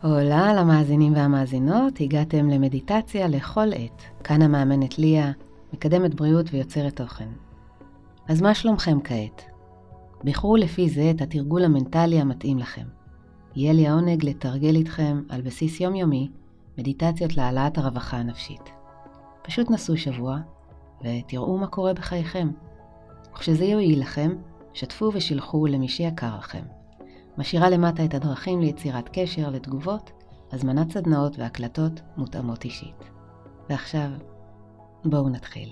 הולה למאזינים והמאזינות, הגעתם למדיטציה לכל עת. כאן המאמנת ליה, מקדמת בריאות ויוצרת תוכן. אז מה שלומכם כעת? בחרו לפי זה את התרגול המנטלי המתאים לכם. יהיה לי העונג לתרגל איתכם על בסיס יומיומי מדיטציות להעלאת הרווחה הנפשית. פשוט נסו שבוע ותראו מה קורה בחייכם. וכשזה יועיל לכם, שתפו ושילחו למי שיקר לכם. משאירה למטה את הדרכים ליצירת קשר, לתגובות, הזמנת סדנאות והקלטות מותאמות אישית. ועכשיו, בואו נתחיל.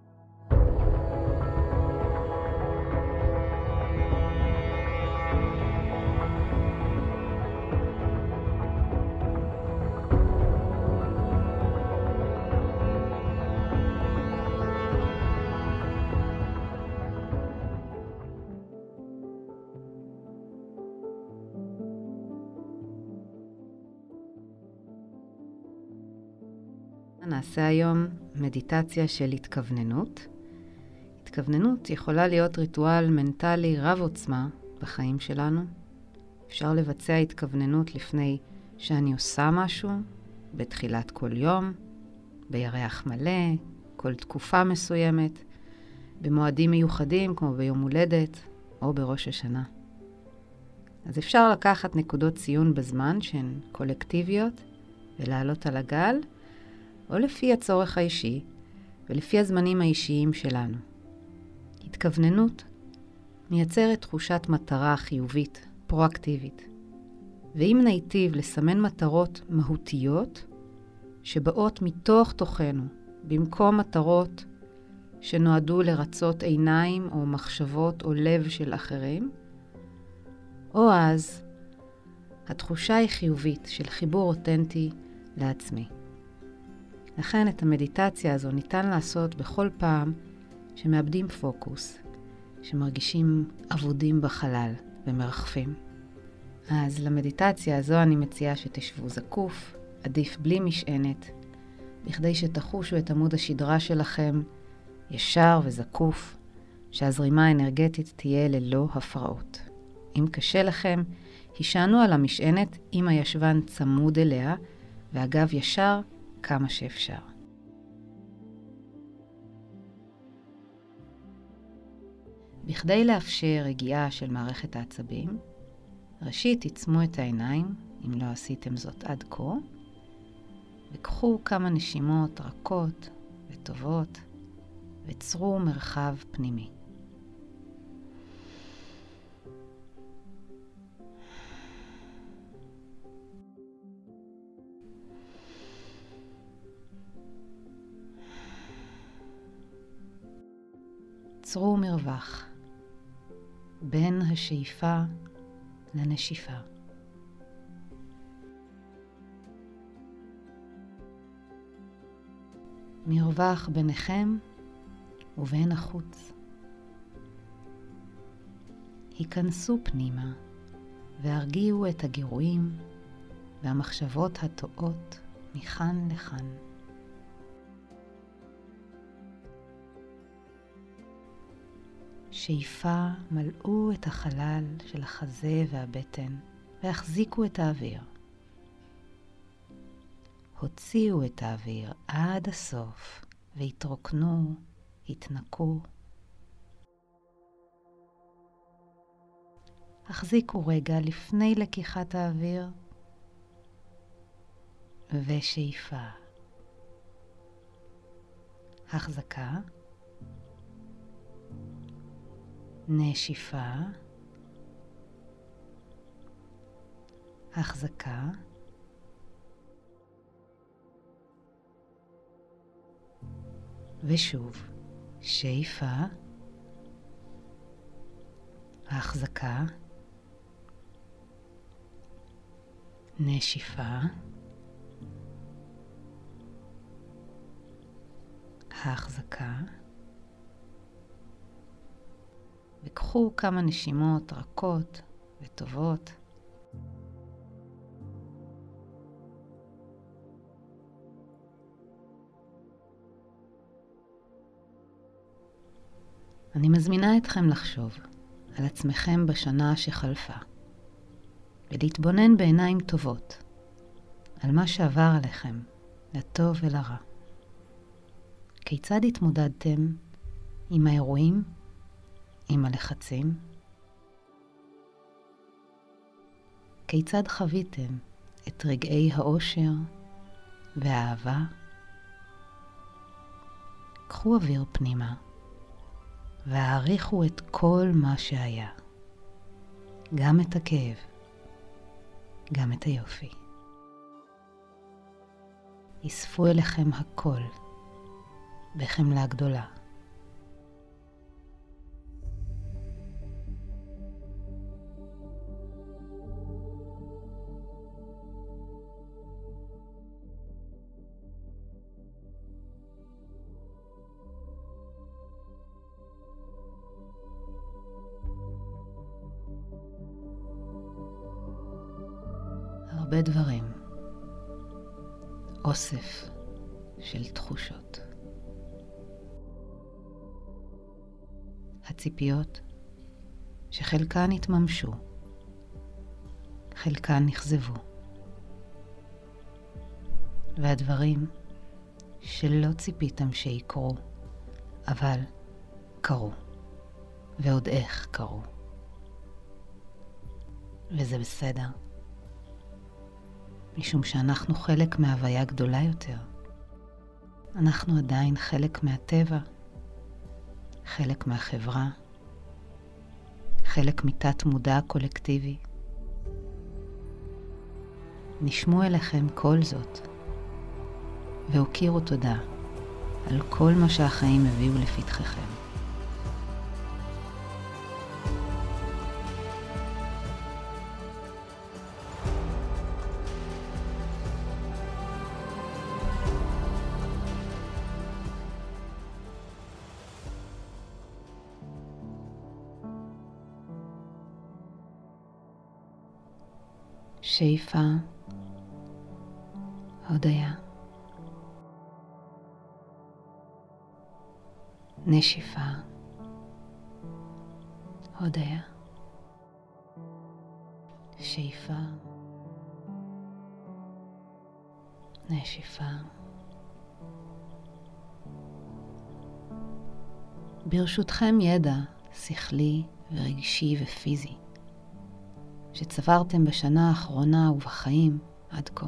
נעשה היום מדיטציה של התכווננות. התכווננות יכולה להיות ריטואל מנטלי רב עוצמה בחיים שלנו. אפשר לבצע התכווננות לפני שאני עושה משהו, בתחילת כל יום, בירח מלא, כל תקופה מסוימת, במועדים מיוחדים כמו ביום הולדת או בראש השנה. אז אפשר לקחת נקודות ציון בזמן שהן קולקטיביות ולעלות על הגל, או לפי הצורך האישי ולפי הזמנים האישיים שלנו. התכווננות מייצרת תחושת מטרה חיובית, פרואקטיבית. ואם ניטיב לסמן מטרות מהותיות שבאות מתוך תוכנו, במקום מטרות שנועדו לרצות עיניים או מחשבות או לב של אחרים, או אז התחושה היא חיובית של חיבור אותנטי לעצמי. לכן את המדיטציה הזו ניתן לעשות בכל פעם שמאבדים פוקוס, שמרגישים עבודים בחלל ומרחפים. אז למדיטציה הזו אני מציעה שתשבו זקוף, עדיף בלי משענת, בכדי שתחושו את עמוד השדרה שלכם ישר וזקוף, שהזרימה האנרגטית תהיה ללא הפרעות. אם קשה לכם, הישענו על המשענת עם הישבן צמוד אליה והגב ישר כמה שאפשר. בכדי לאפשר רגיעה של מערכת העצבים, ראשית תעצמו את העיניים, אם לא עשיתם זאת עד כה, וקחו כמה נשימות רכות וטובות, וצרו מרחב פנימי. צרו מרווח בין השאיפה לנשיפה. מרווח ביניכם ובין החוץ. היכנסו פנימה והרגיעו את הגירויים והמחשבות הטועות מכאן לכאן. שאיפה, מלאו את החלל של החזה והבטן והחזיקו את האוויר. הוציאו את האוויר עד הסוף והתרוקנו, התנקו. החזיקו רגע לפני לקיחת האוויר ושאיפה. החזקה. נשיפה, החזקה, ושוב, שאיפה, החזקה, נשיפה, החזקה, וקחו כמה נשימות רכות וטובות. אני מזמינה אתכם לחשוב על עצמכם בשנה שחלפה, ולהתבונן בעיניים טובות על מה שעבר עליכם, לטוב ולרע. כיצד התמודדתם עם האירועים, עם הלחצים? כיצד חוויתם את רגעי האושר והאהבה? קחו אוויר פנימה והעריכו את כל מה שהיה, גם את הכאב, גם את היופי. אספו אליכם הכל בחמלה גדולה. הרבה דברים, אוסף של תחושות. הציפיות שחלקן התממשו, חלקן נכזבו. והדברים שלא ציפיתם שיקרו, אבל קרו, ועוד איך קרו. וזה בסדר. משום שאנחנו חלק מהוויה גדולה יותר. אנחנו עדיין חלק מהטבע, חלק מהחברה, חלק מתת מודע קולקטיבי. נשמו אליכם כל זאת, והוקירו תודה על כל מה שהחיים הביאו לפתחכם. שאיפה, הודיה, נשיפה, הודיה, שאיפה, נשיפה. ברשותכם ידע שכלי ורגשי ופיזי שצברתם בשנה האחרונה ובחיים עד כה.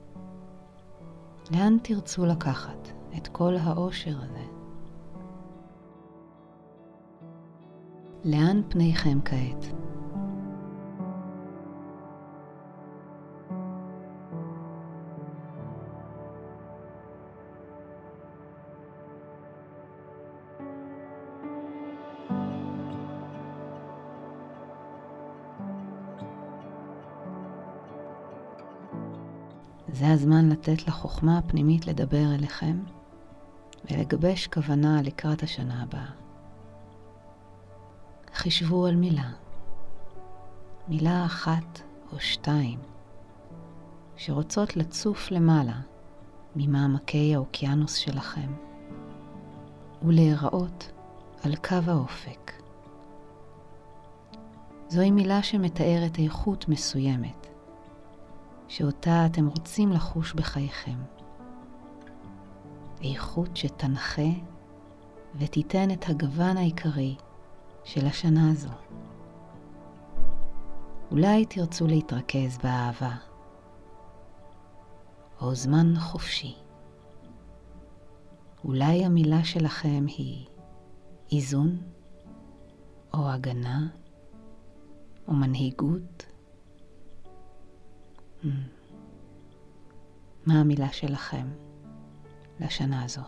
לאן תרצו לקחת את כל האושר הזה? לאן פניכם כעת? זה הזמן לתת לחוכמה הפנימית לדבר אליכם ולגבש כוונה לקראת השנה הבאה. חישבו על מילה אחת או שתיים שרוצות לצוף למעלה ממעמקי האוקיינוס שלכם ולהיראות על קו האופק. זוהי מילה שמתארת איכות מסוימת שאותה אתם רוצים לחוש בחייכם. איכות שתנחה ותיתן את הגוון העיקרי של השנה הזו. אולי תרצו להתרכז באהבה, או זמן חופשי. אולי המילה שלכם היא איזון, או הגנה, או מנהיגות. מה המילה שלכם לשנה הזו?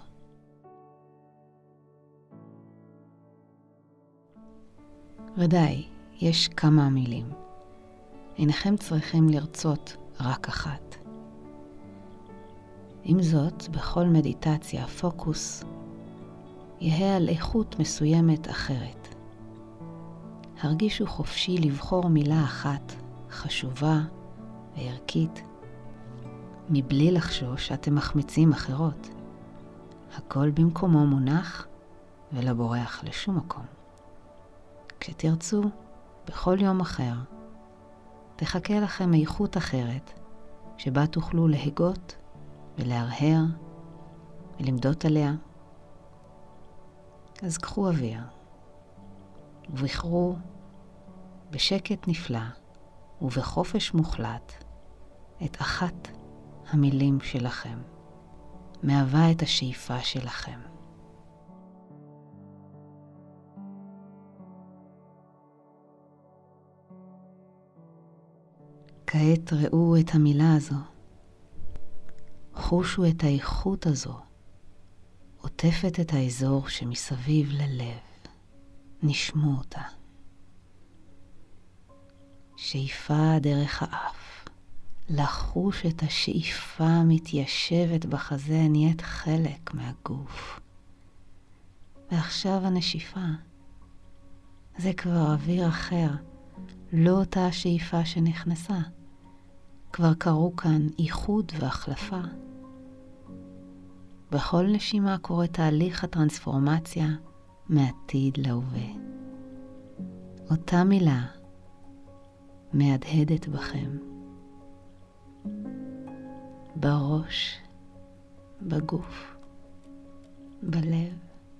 ודאי, יש כמה מילים. אינכם צריכים לרצות רק אחת. עם זאת, בכל מדיטציה הפוקוס יהיה על איכות מסוימת אחרת. הרגישו חופשי לבחור מילה אחת חשובה וערכית, מבלי לחשוש שאתם מחמיצים אחרות. הכל במקומו מונח ולא בורח לשום מקום. כשתרצו, בכל יום אחר, תחכה לכם איכות אחרת שבה תוכלו להגות ולהרהר ולמדות עליה. אז קחו אוויר ובחרו בשקט נפלא ובחופש מוחלט את אחת המילים שלכם, מהווה את השאיפה שלכם. כעת ראו את המילה הזו, חושו את האיכות הזו, עוטפת את האזור שמסביב ללב, נשמו אותה. שאיפה דרך האף, לחוש את השאיפה מתיישבת בחזה, נהיית חלק מהגוף. ועכשיו הנשיפה, זה כבר אוויר אחר, לא אותה השאיפה שנכנסה. כבר קרו כאן איחוד והחלפה. בכל נשימה קורה תהליך הטרנספורמציה מעתיד להווה. אותה מילה מהדהדת בכם, בראש, בגוף, בלב,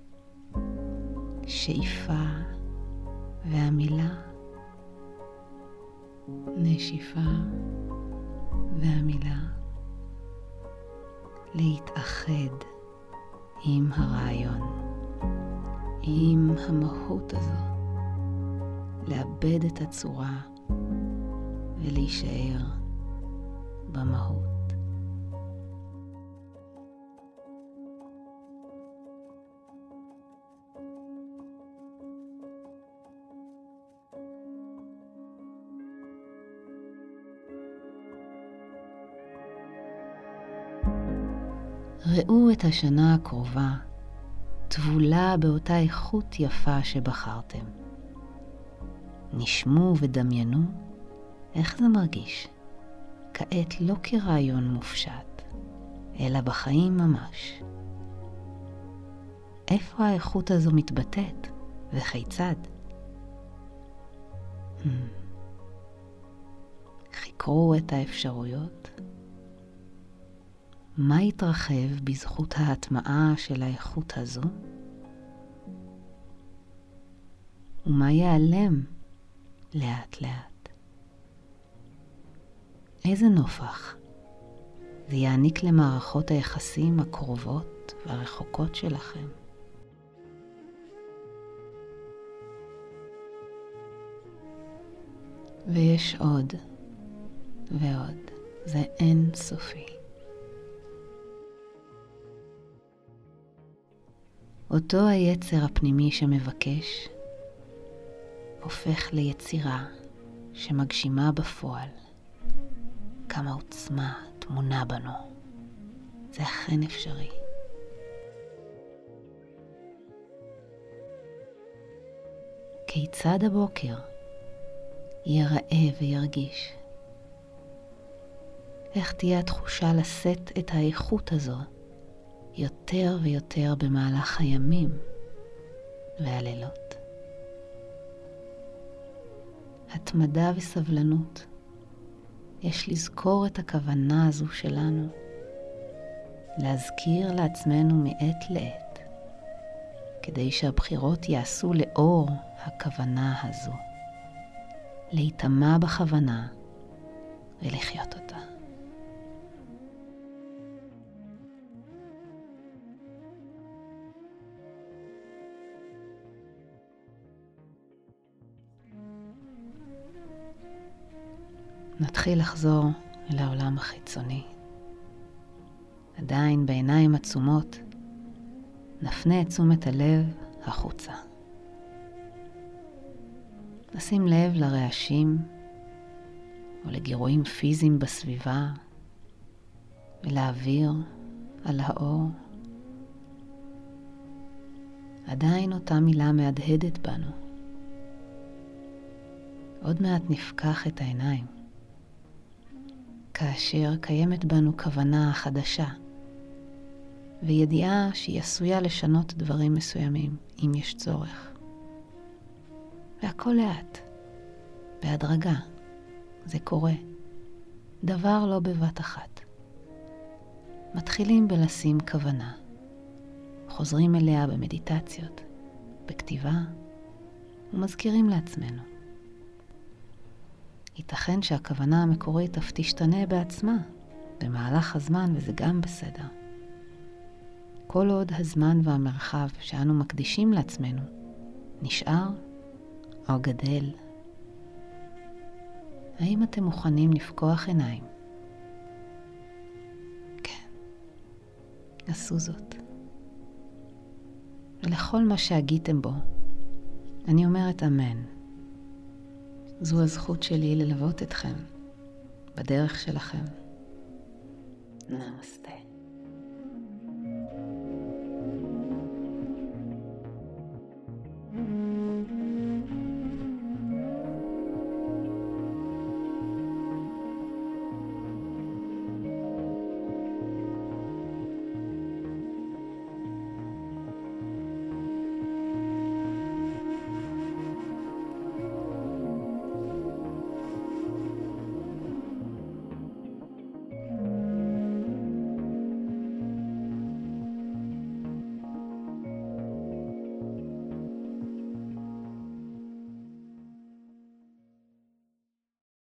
שאיפה והמילה, נשיפה והמילה, להתאחד עם הרעיון, עם המהות הזו, לאבד את הצורה ולהישאר במהות. ראו את השנה הקרובה טבולה באותה איכות יפה שבחרתם. נשמו ודמיינו איך זה מרגיש, כעת לא כרעיון מופשט, אלא בחיים ממש. איפה האיכות הזו מתבטאת וכיצד? חקרו את האפשרויות. מה יתרחב בזכות ההטמעה של האיכות הזו? ומה ייעלם לאט לאט? איזה נופח זה יעניק למערכות היחסים הקרובות והרחוקות שלכם? ויש עוד ועוד, זה אין סופי. אותו היצר הפנימי שמבקש הופך ליצירה שמגשימה בפועל. כמה עוצמה תמונה בנו. זה אכן אפשרי. כיצד הבוקר ייראה וירגיש? איך תהיה התחושה לשאת את האיכות הזו יותר ויותר במהלך הימים והלילות? התמדה וסבלנות. יש לזכור את הכוונה הזו שלנו, להזכיר לעצמנו מעת לעת, כדי שהבחירות יעשו לאור הכוונה הזו, להיטמע בכוונה ולחיות אותה. נתחיל לחזור אל העולם החיצוני. עדיין בעיניים עצומות נפנה את תשומת הלב החוצה. נשים לב לרעשים ולגירויים פיזיים בסביבה ולאוויר על האור. עדיין אותה מילה מהדהדת בנו. עוד מעט נפקח את העיניים. כאשר קיימת בנו כוונה חדשה, וידיעה שהיא עשויה לשנות דברים מסוימים, אם יש צורך. והכל לאט, בהדרגה, זה קורה. דבר לא בבת אחת. מתחילים בלשים כוונה. חוזרים אליה במדיטציות, בכתיבה, ומזכירים לעצמנו. ייתכן שהכוונה המקורית אף תשתנה בעצמה במהלך הזמן, וזה גם בסדר. כל עוד הזמן והמרחב שאנו מקדישים לעצמנו נשאר או גדל. האם אתם מוכנים לפקוח עיניים? כן, עשו זאת. ולכל מה שהגיתם בו, אני אומרת אמן. זו הזכות שלי ללוות אתכם בדרך שלכם. נמסטה.